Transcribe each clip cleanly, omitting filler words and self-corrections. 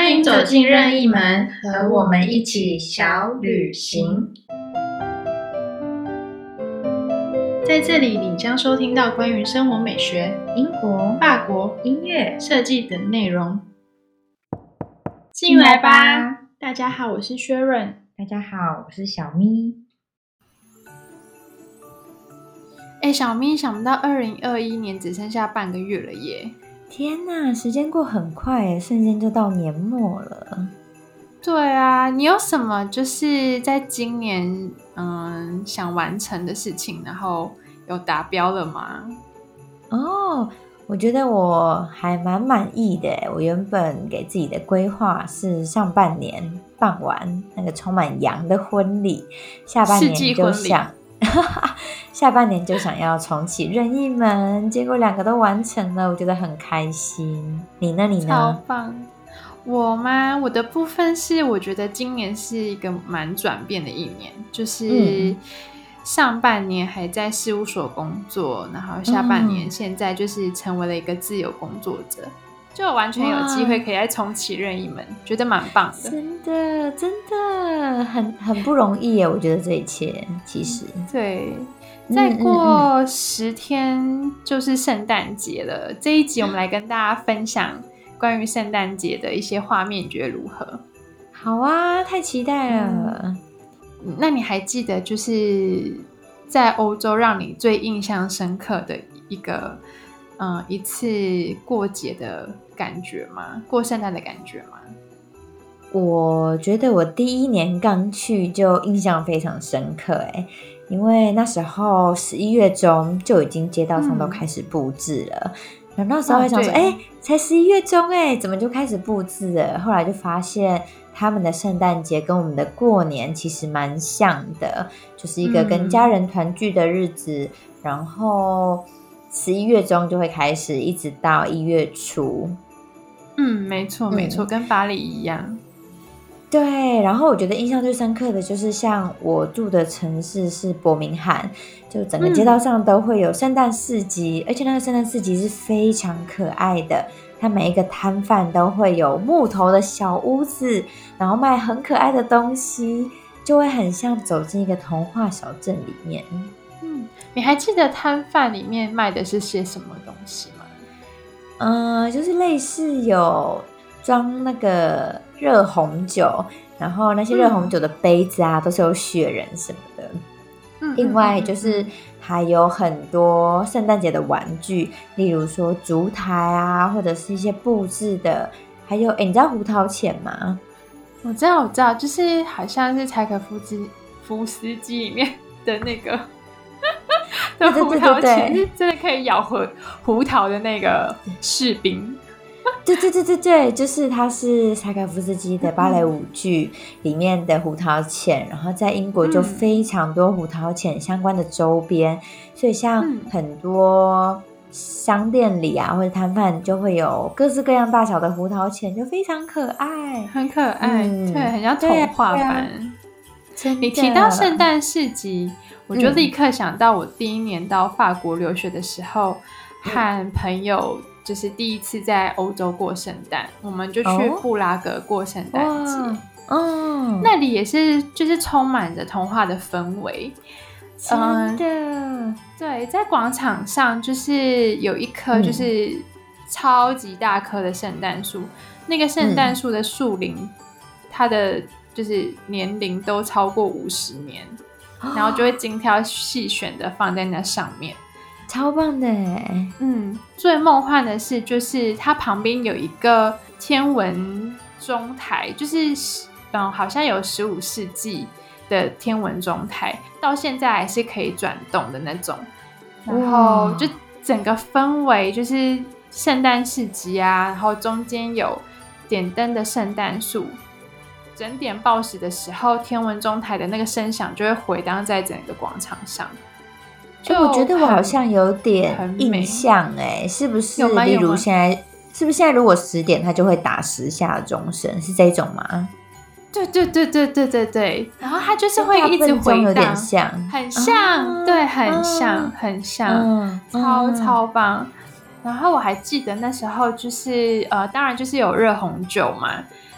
欢迎走进任意门，和我们一起小旅行。在这里，你将收听到关于生活美学、 英国、 法国、 音乐、 设计等内容。进来吧！大家好，我是Sharon。 大家好，我是小咪。 小咪，想不到2021年只剩下半个月了耶！ 天哪，时间过很快耶，瞬间就到年末了。 对啊，你有什么就是在今年想完成的事情，然后有达标了吗？ 我觉得我还蛮满意的耶。我原本给自己的规划是上半年办完那个充满羊的婚礼，下半年就想下半年就想要重启任意门，结果2个都完成了，我觉得很开心。你呢？ 超棒！我吗？我的部分是我觉得今年是一个蛮转变的一年，就是上半年还在事务所工作，然后下半年现在就是成为了一个自由工作者，就完全有机会可以再重启任意门，觉得蛮棒的。 真的很不容易耶，我觉得这一切其实对。再过10天就是圣诞节了，这一集我们来跟大家分享关于圣诞节的一些画面，你觉得如何？ 好啊，太期待了。 那你还记得就是在欧洲让你最印象深刻的一次过节的感觉吗？过圣诞的感觉吗？ 我觉得我第1年刚去就印象非常深刻耶，因为那时候11月中就已经街道上都开始布置了。然后那时候还想说才11月中怎么就开始布置了？后来就发现他们的圣诞节跟我们的过年其实蛮像的，就是一个跟家人团聚的日子。然后11月中就会开始，一直到1月初。 没错没错，跟巴黎一样。 对，然后我觉得印象最深刻的就是像我住的城市是伯明翰，就整个街道上都会有圣诞市集，而且那个圣诞市集是非常可爱的，它每一个摊贩都会有木头的小屋子，然后卖很可爱的东西，就会很像走进一个童话小镇里面。 你还记得摊贩里面卖的是些什么东西吗？ 就是类似有装那个热红酒，然后那些热红酒的杯子啊，都是有雪人什么的。另外就是还有很多圣诞节的玩具，例如说烛台啊，或者是一些布置的，还有你知道胡桃钳吗？ 我知道，就是好像是柴可夫斯基里面的那个的胡桃钳，是真的可以咬胡桃的那个士兵。 对，就是它是柴可夫斯基的芭蕾舞剧里面的胡桃钳，然后在英国就非常多胡桃钳相关的周边，所以像很多商店里啊或者摊贩就会有各式各样大小的胡桃钳，就非常可爱， 很可爱，对，很像童话般。你提到圣诞市集，我就立刻想到我第1年到法国留学的时候，和朋友就是第一次在欧洲过圣诞，我们就去布拉格过圣诞节。那里也是就是充满着童话的氛围。 真的， 对，在广场上就是有一棵就是超级大棵的圣诞树，那个圣诞树的树龄，它的就是年龄都超过50年，然后就会精挑细选的放在那上面。 超棒的耶。 最梦幻的是就是它旁边有一个天文钟台，就是好像有15世纪的天文钟台，到现在还是可以转动的那种。然后就整个氛围就是圣诞市集啊，然后中间有点灯的圣诞树，整点报时的时候，天文钟台的那个声响就会回荡在整个广场上。 我觉得我好像有点印象是不是？例如现在是不是现在如果10点它就会打10下钟声，是这种吗？ 对，然后它就是会一直回荡， 有点像， 很像，对，很像，超棒。然后我还记得那时候就是当然就是有热红酒嘛，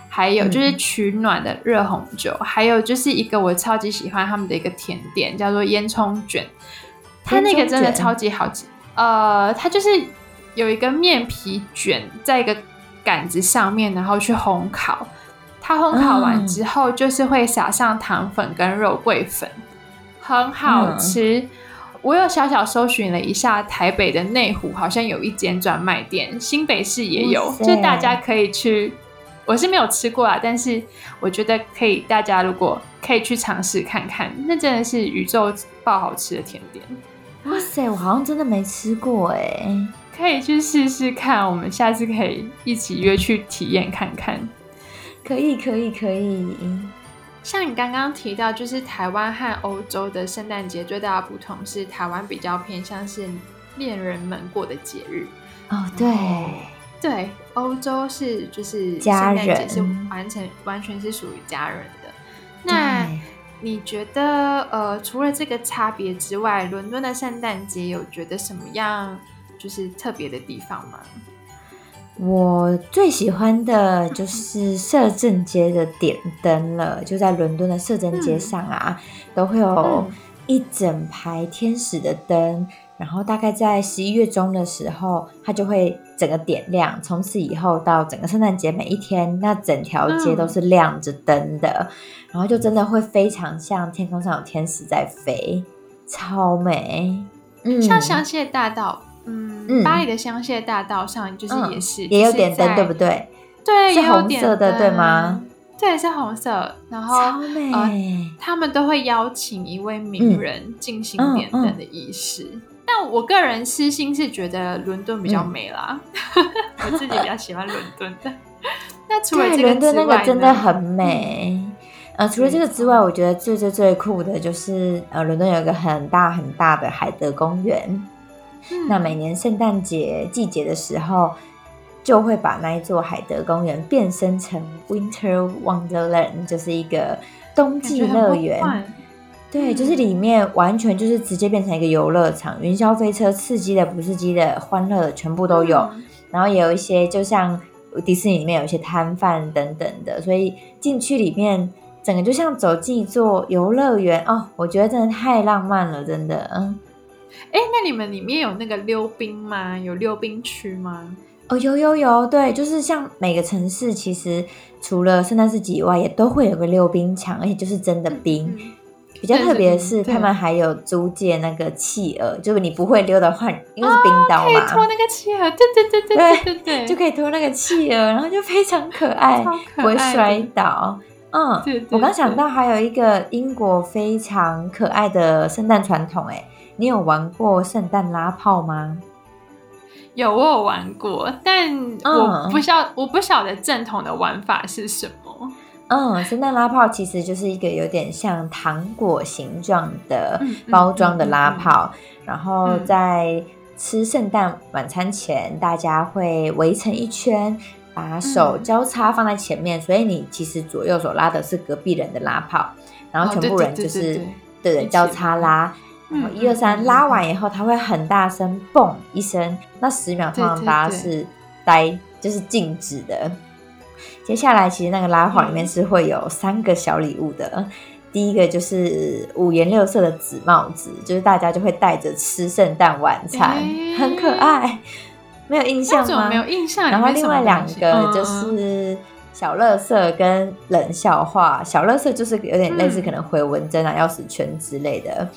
还有就是取暖的热红酒，还有就是一个我超级喜欢他们的一个甜点，叫做烟囱卷。它那个真的超级好吃。它就是有一个面皮卷在一个杆子上面，然后去烘烤。它烘烤完之后，就是会撒上糖粉跟肉桂粉，很好吃。我有小小搜寻了一下，台北的内湖好像有一间专卖店，新北市也有，就是大家可以去。我是没有吃过啦，但是我觉得可以，大家如果可以去尝试看看，那真的是宇宙爆好吃的甜点。 哇塞，我好像真的没吃过哎， 可以去试试看，我们下次可以一起约去体验看看。 可以。 像你刚刚提到，就是台湾和欧洲的圣诞节最大的不同是，台湾比较偏向是恋人们过的节日。 哦， 对，欧洲是就是家人， 圣诞节是完全是属于家人的。那你觉得除了这个差别之外，伦敦的圣诞节有觉得什么样就是特别的地方吗？ 我最喜欢的就是摄政街的点灯了，就在伦敦的摄政街上啊，都会有一整排天使的灯，然后大概在11月中的时候，它就会整个点亮，从此以后到整个圣诞节每一天，那整条街都是亮着灯的，然后就真的会非常像天空上有天使在飞，超美。 像香榭大道。巴黎的香榭大道上就是也有点灯，对不对？ 对， 是红色的，对吗？ 对，是红色。然后超美， 他们都会邀请一位名人进行点灯的仪式。但我个人私心是觉得伦敦比较美啦，我自己比较喜欢伦敦的。那除了这个之外呢， 伦敦那个真的很美。除了这个之外，我觉得最酷的就是伦敦有一个很大很大的海德公园。那每年圣诞节季节的时候，就会把那一座海德公园变身成 Winter Wonderland， 就是一个冬季乐园。对，就是里面完全就是直接变成一个游乐场，云霄飞车、刺激的、不刺激的、欢乐的全部都有。然后也有一些就像迪士尼里面有一些摊贩等等的，所以进去里面整个就像走进一座游乐园哦，我觉得真的太浪漫了，真的。 那你们里面有那个溜冰吗？有溜冰区吗？ 哦，有，对，就是像每个城市其实除了圣诞市集以外，也都会有个溜冰场，而且就是真的冰。比较特别的是，他们还有租借那个企鹅，就是你不会溜的话，因为是冰刀嘛，可以拖那个企鹅，对， 就可以拖那个企鹅，然后就非常可爱，不会摔倒。我刚想到还有一个英国非常可爱的圣诞传统，你有玩过圣诞拉炮吗？ 有，我有玩过，但我不晓得正统的玩法是什么。 圣诞拉炮其实就是一个有点像糖果形状的包装的拉炮，然后在吃圣诞晚餐前，大家会围成一圈，把手交叉放在前面，所以你其实左右手拉的是隔壁人的拉炮，然后全部人就是对交叉拉。然后1、2、3拉完以后，它会很大声蹦一声，那10秒通常大家是就是静止的。接下来其实那个拉环里面是会有3个小礼物的。第一个就是5颜6色的纸帽子，就是大家就会戴着吃圣诞晚餐，很可爱。没有印象吗？ 怎么没有印象？ 然后另外2个就是小垃圾跟冷笑话。小垃圾就是有点类似可能回纹针啊、钥匙圈之类的。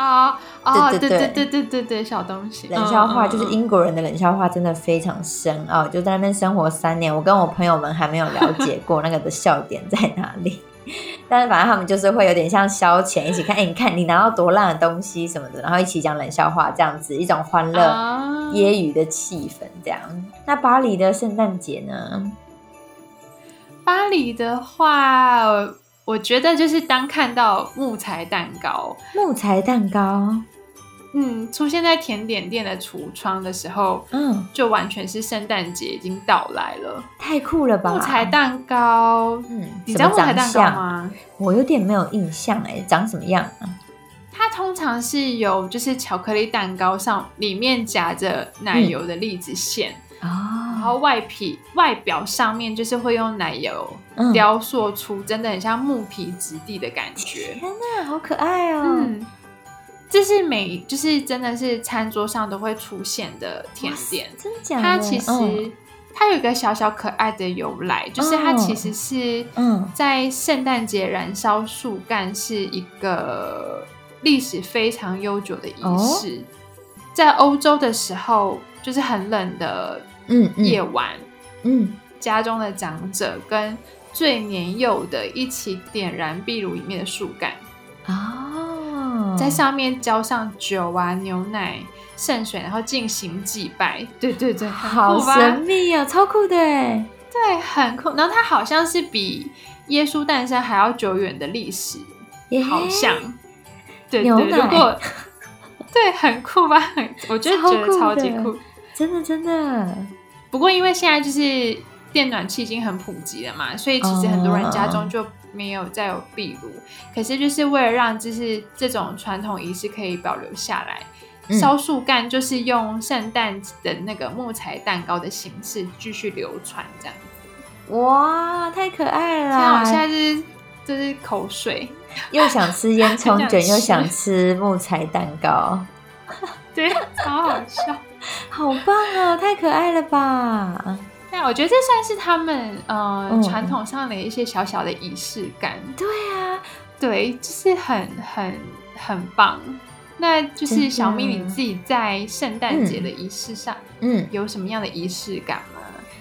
对，小东西。 冷笑话就是英国人的冷笑话，真的非常深奥，就在那边生活3年，我跟我朋友们还没有了解过那个的笑点在哪里。但是反正他们就是会有点像消遣，一起看，你看你拿到多烂的东西什么的，然后一起讲冷笑话，这样子一种欢乐揶揄的气氛这样。那巴黎的圣诞节呢？ 巴黎的话，我觉得就是当看到木材蛋糕出现在甜点店的橱窗的时候，就完全是圣诞节已经到来了， 太酷了吧！ 木材蛋糕，你知道木材蛋糕吗？ 我有点没有印象长什么样啊？ 它通常是有就是巧克力蛋糕上里面夹着奶油的栗子馅， 然后外表上面就是会用奶油雕塑出真的很像木皮质地的感觉。 天哪，好可爱哦！ 这是就是真的是餐桌上都会出现的甜点。 真假的？ 它其实它有一个小小可爱的由来，就是它其实是在圣诞节燃烧树干是一个历史非常悠久的仪式。在欧洲的时候，就是很冷的夜晚，家中的长者跟最年幼的一起点燃壁炉里面的树干，在上面浇上酒啊、牛奶、圣水，然后进行祭拜。对对对， 好神秘啊，超酷的耶。 对，很酷。然后它好像是比耶稣诞生还要久远的历史，好像。对对，如果对，很酷吧？我觉得超级酷， 真的真的。 不过因为现在就是电暖气已经很普及了嘛，所以其实很多人家中就没有再有壁炉。可是就是为了让就是这种传统仪式可以保留下来，烧树干就是用圣诞的那个木材蛋糕的形式继续流传这样子。 哇，太可爱了！ 天啊，我现在就是口水， 又想吃烟囱卷，又想吃木材蛋糕， 对，超好笑， 好棒哦，太可爱了吧！ 对，我觉得这算是他们传统上的一些小小的仪式感。 对啊， 对，就是很棒。那就是小咪，你自己在圣诞节的仪式上，有什么样的仪式感吗？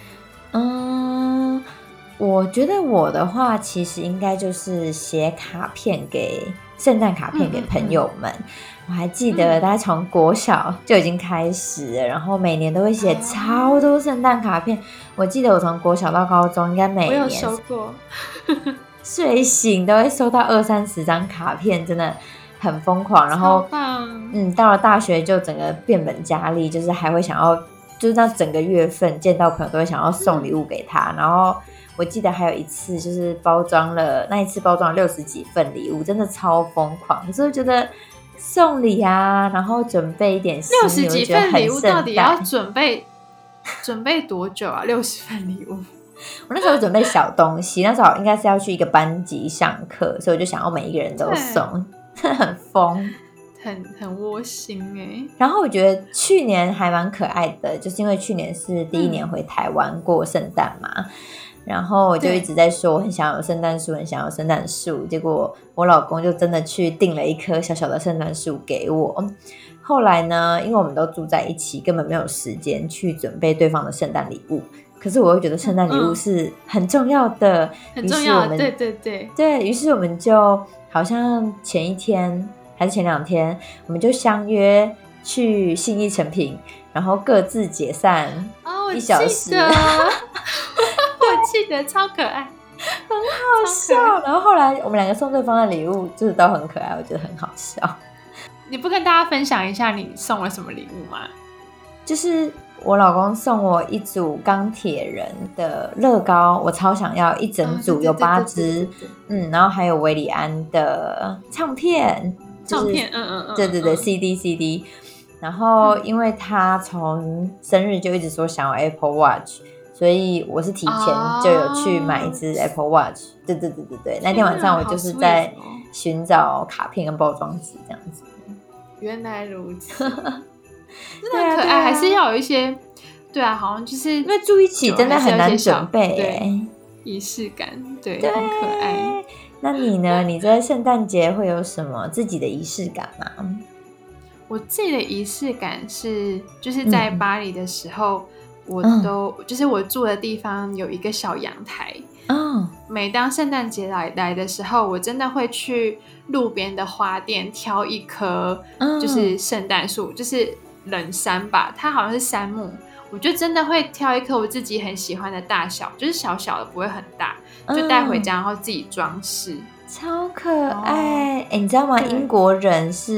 我觉得我的话，其实应该就是写卡片圣诞卡片给朋友们。我还记得大概从国小就已经开始了，然后每年都会写超多圣诞卡片。我记得我从国小到高中，应该每年我有收过， 睡醒都会收到20-30张卡片，真的很疯狂。然后到了大学就整个变本加厉，就是还会想要，就是那整个月份见到朋友都会想要送礼物给他。然后我记得还有一次就是那一次包装了60几份礼物，真的超疯狂。可是我觉得送礼啊，然后准备一点心意， 60几份礼物到底要准备多久啊？60份礼物， 我那时候准备小东西，那时候应该是要去一个班级上课，所以我就想要每一个人都送，很疯， 很窝心欸。 然后我觉得去年还蛮可爱的，就是因为去年是第一年回台湾过圣诞嘛。然后我就一直在说我很想有圣诞树，很想有圣诞树，结果我老公就真的去订了一棵小小的圣诞树给我。后来呢，因为我们都住在一起，根本没有时间去准备对方的圣诞礼物，可是我又觉得圣诞礼物是很重要的， 很重要的，对， 于是我们就好像前一天还是前2天，我们就相约去信义诚品，然后各自解散1小时。 我记得超可爱， 很好笑。然后后来我们2个送对方的礼物就是都很可爱，我觉得很好笑。 你不跟大家分享一下你送了什么礼物吗？ 就是我老公送我一组钢铁人的乐高，我超想要，一整组有8只，然后还有韦礼安的唱片，对 CD。然后因为他从生日就一直说想要 Apple Watch，所以我是提前就有去买一只 Apple Watch。对，那天晚上我就是在寻找卡片跟包装纸这样子。 原来如此，真的很可爱，还是要有一些，对啊，好像就是因为住一起真的很难准备仪式感，对，很可爱。 那你呢？你在圣诞节会有什么自己的仪式感吗？ 我自己的仪式感是，就是在巴黎的时候，就是我住的地方有一个小阳台。每当圣诞节来的时候，我真的会去路边的花店挑一棵，就是圣诞树，就是冷杉吧，它好像是杉木，我就真的会挑一棵我自己很喜欢的大小，就是小小的，不会很大，就带回家，然后自己装饰。 超可爱！你知道吗？英国人是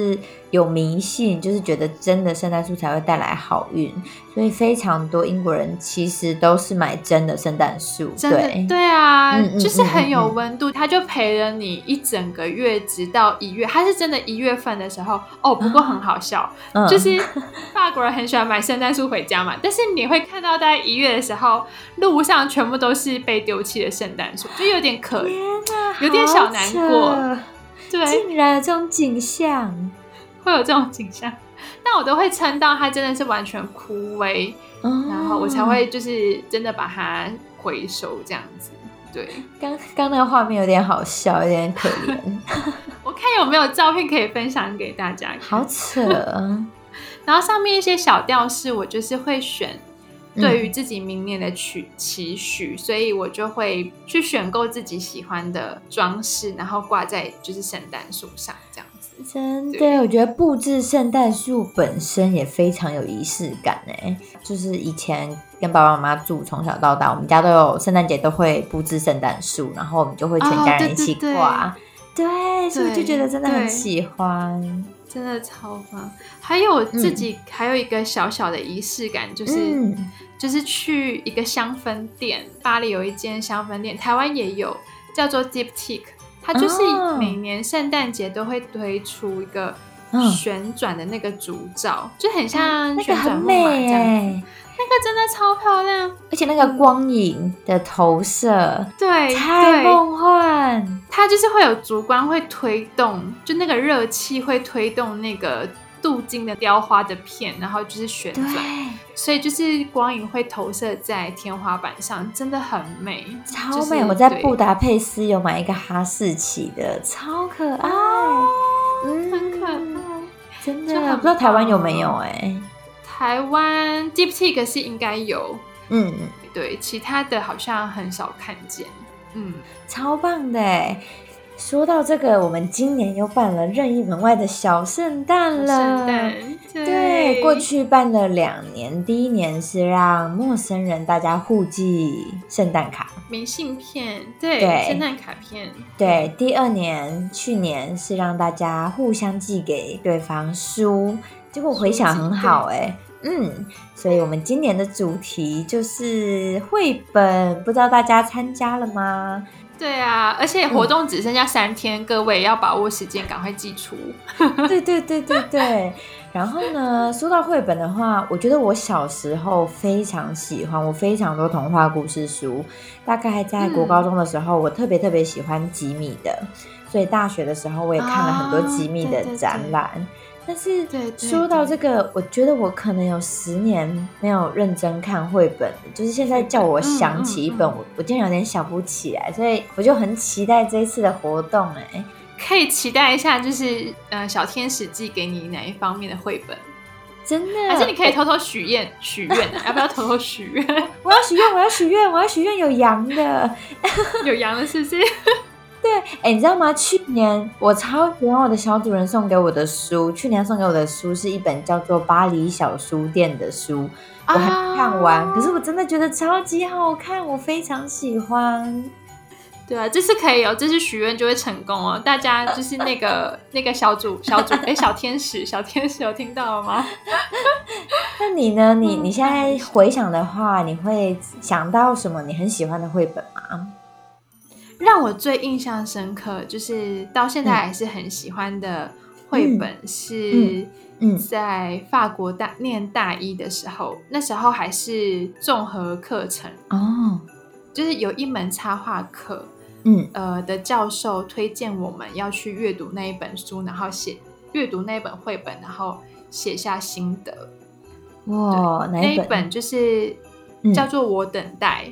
有迷信，就是觉得真的圣诞树才会带来好运，所以非常多英国人其实都是买真的圣诞树。 真的对啊，就是很有温度，它就陪了你一整个月，直到1月。它是真的1月份的时候不过很好笑，就是法国人很喜欢买圣诞树回家嘛，但是你会看到大概1月的时候，路上全部都是被丢弃的圣诞树，就有点可怜，有点小难过。对， 竟然有这种景象， 会有这种景象，但我都会撑到它真的是完全枯萎，然后我才会就是真的把它回收这样子。对， 刚那个画面有点好笑，有点可怜。 我看有没有照片可以分享给大家看。 好扯。 然后上面一些小吊饰，我就是会选对于自己明年的期许，所以我就会去选购自己喜欢的装饰，然后挂在就是圣诞树上这样子。 真的，我觉得布置圣诞树本身也非常有仪式感耶。就是以前跟爸爸妈妈住，从小到大，我们家都有圣诞节都会布置圣诞树，然后我们就会全家人一起挂。对，所以就觉得真的很喜欢， 真的超棒。还有我自己还有一个小小的仪式感，就是去一个香氛店，巴黎有一间香氛店，台湾也有，叫做 Diptyque。它就是每年圣诞节都会推出一个旋转的那个烛罩，就很像旋转木马这样子。那个真的超漂亮， 而且那个光影的投射， 对， 太梦幻。 它就是会有烛光会推动，就那个热气会推动那个镀金的雕花的片，然后就是旋转，所以就是光影会投射在天花板上，真的很美， 超美。我在布达佩斯有买一个哈士奇的，超可爱， 很可爱， 真的不知道台湾有没有台湾 Diptyque 是应该有，对，其他的好像很少看见， 超棒的说到这个，我们今年又办了任意门外的小圣诞了。对，过去办了2年，第一年是让陌生人大家互寄圣诞卡、 明信片，对，圣诞卡片。 对，第2年，去年是让大家互相寄给对方书，结果回响很好所以我们今年的主题就是绘本，不知道大家参加了吗？ 对啊，而且活动只剩下3天，各位要把握时间，赶快寄出。 对。然后呢，说到绘本的话，我觉得我小时候非常喜欢，我非常多童话故事书。大概在国高中的时候，我特别喜欢吉米的，所以大学的时候我也看了很多吉米的展览。但是说到这个，我觉得我可能有10年没有认真看绘本，就是现在叫我想起一本，我竟然有点想不起来，所以我就很期待这一次的活动可以期待一下，就是小天使寄给你哪一方面的绘本？ 真的？ 还是你可以偷偷许愿要不要偷偷许愿？ 我要许愿有羊的， 有羊的是不是？ 对，你知道吗？去年我超喜欢我的小主人送给我的书，去年送给我的书是一本叫做《巴黎小书店》的书，我还没看完，可是我真的觉得超级好看，我非常喜欢。 对啊，这次可以这次许愿就会成功哦！大家就是那个小天使有听到了吗？ 那你呢？你现在回想的话，你会想到什么你很喜欢的绘本吗？ 让我最印象深刻，就是到现在还是很喜欢的绘本，是在法国念大一的时候，那时候还是综合课程就是有一门插画课，的教授推荐我们要去阅读那一本书，然后阅读那一本绘本，然后写下心得。 哇， 那一本就是叫做《我等待》。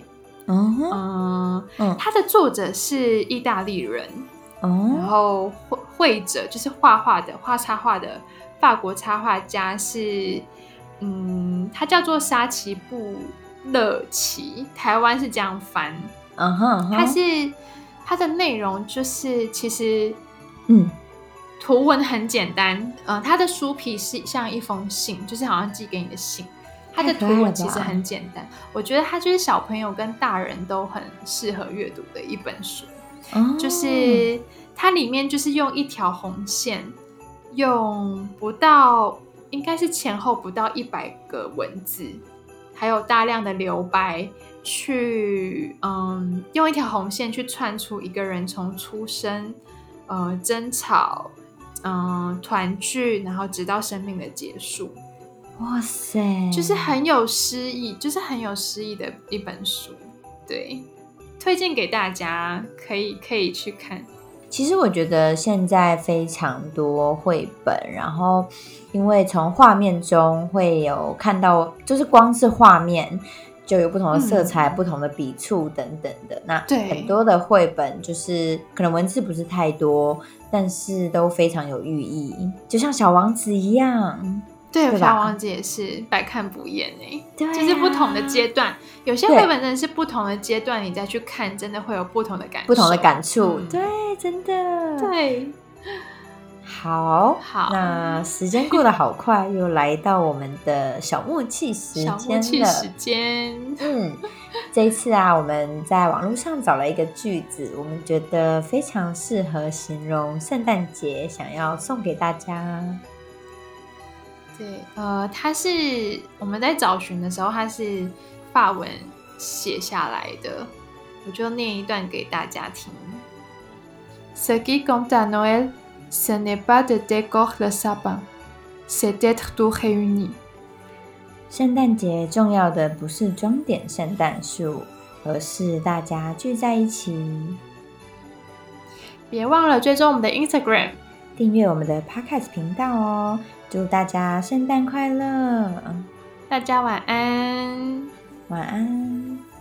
他的作者是意大利人，然后绘者就是画插画的法国插画家是，他叫做沙奇布勒奇，台湾是这样翻。它的内容就是其实，图文很简单，它的书皮是像一封信，就是好像寄给你的信。它的图文其实很简单，我觉得它就是小朋友跟大人都很适合阅读的一本书。就是它里面就是用一条红线用不到，应该是前后不到100个文字，还有大量的留白，去用一条红线去串出一个人从出生、争吵、团聚，然后直到生命的结束。 哇塞， 就是很有诗意，的一本书。对，推荐给大家，可以去看。 其实我觉得现在非常多绘本，然后因为从画面中会有看到，就是光是画面就有不同的色彩、不同的笔触等等的。那很多的绘本就是可能文字不是太多，但是都非常有寓意，就像小王子一样。 对，小王子也是百看不厌对啊， 就是不同的阶段，有些绘本真的是不同的阶段，你再去看，真的会有不同的感受、 不同的感触。对，真的。 对， 好，那时间过得好快，又来到我们的小默契时间了。小默契时间， 这一次啊，我们在网络上找了一个句子，我们觉得非常适合形容圣诞节，想要送给大家。 对，它是我们在找寻的时候，它是法文写下来的，我就念一段给大家听。Ce qui compte à Noël, ce n'est pas de décorer le sapin, c'est d'être tous réunis. 圣诞节重要的不是装点圣诞树，而是大家聚在一起。 别忘了追踪我们的 Instagram， 订阅我们的 Podcast 频道哦。祝大家圣诞快乐！ 大家晚安， 晚安。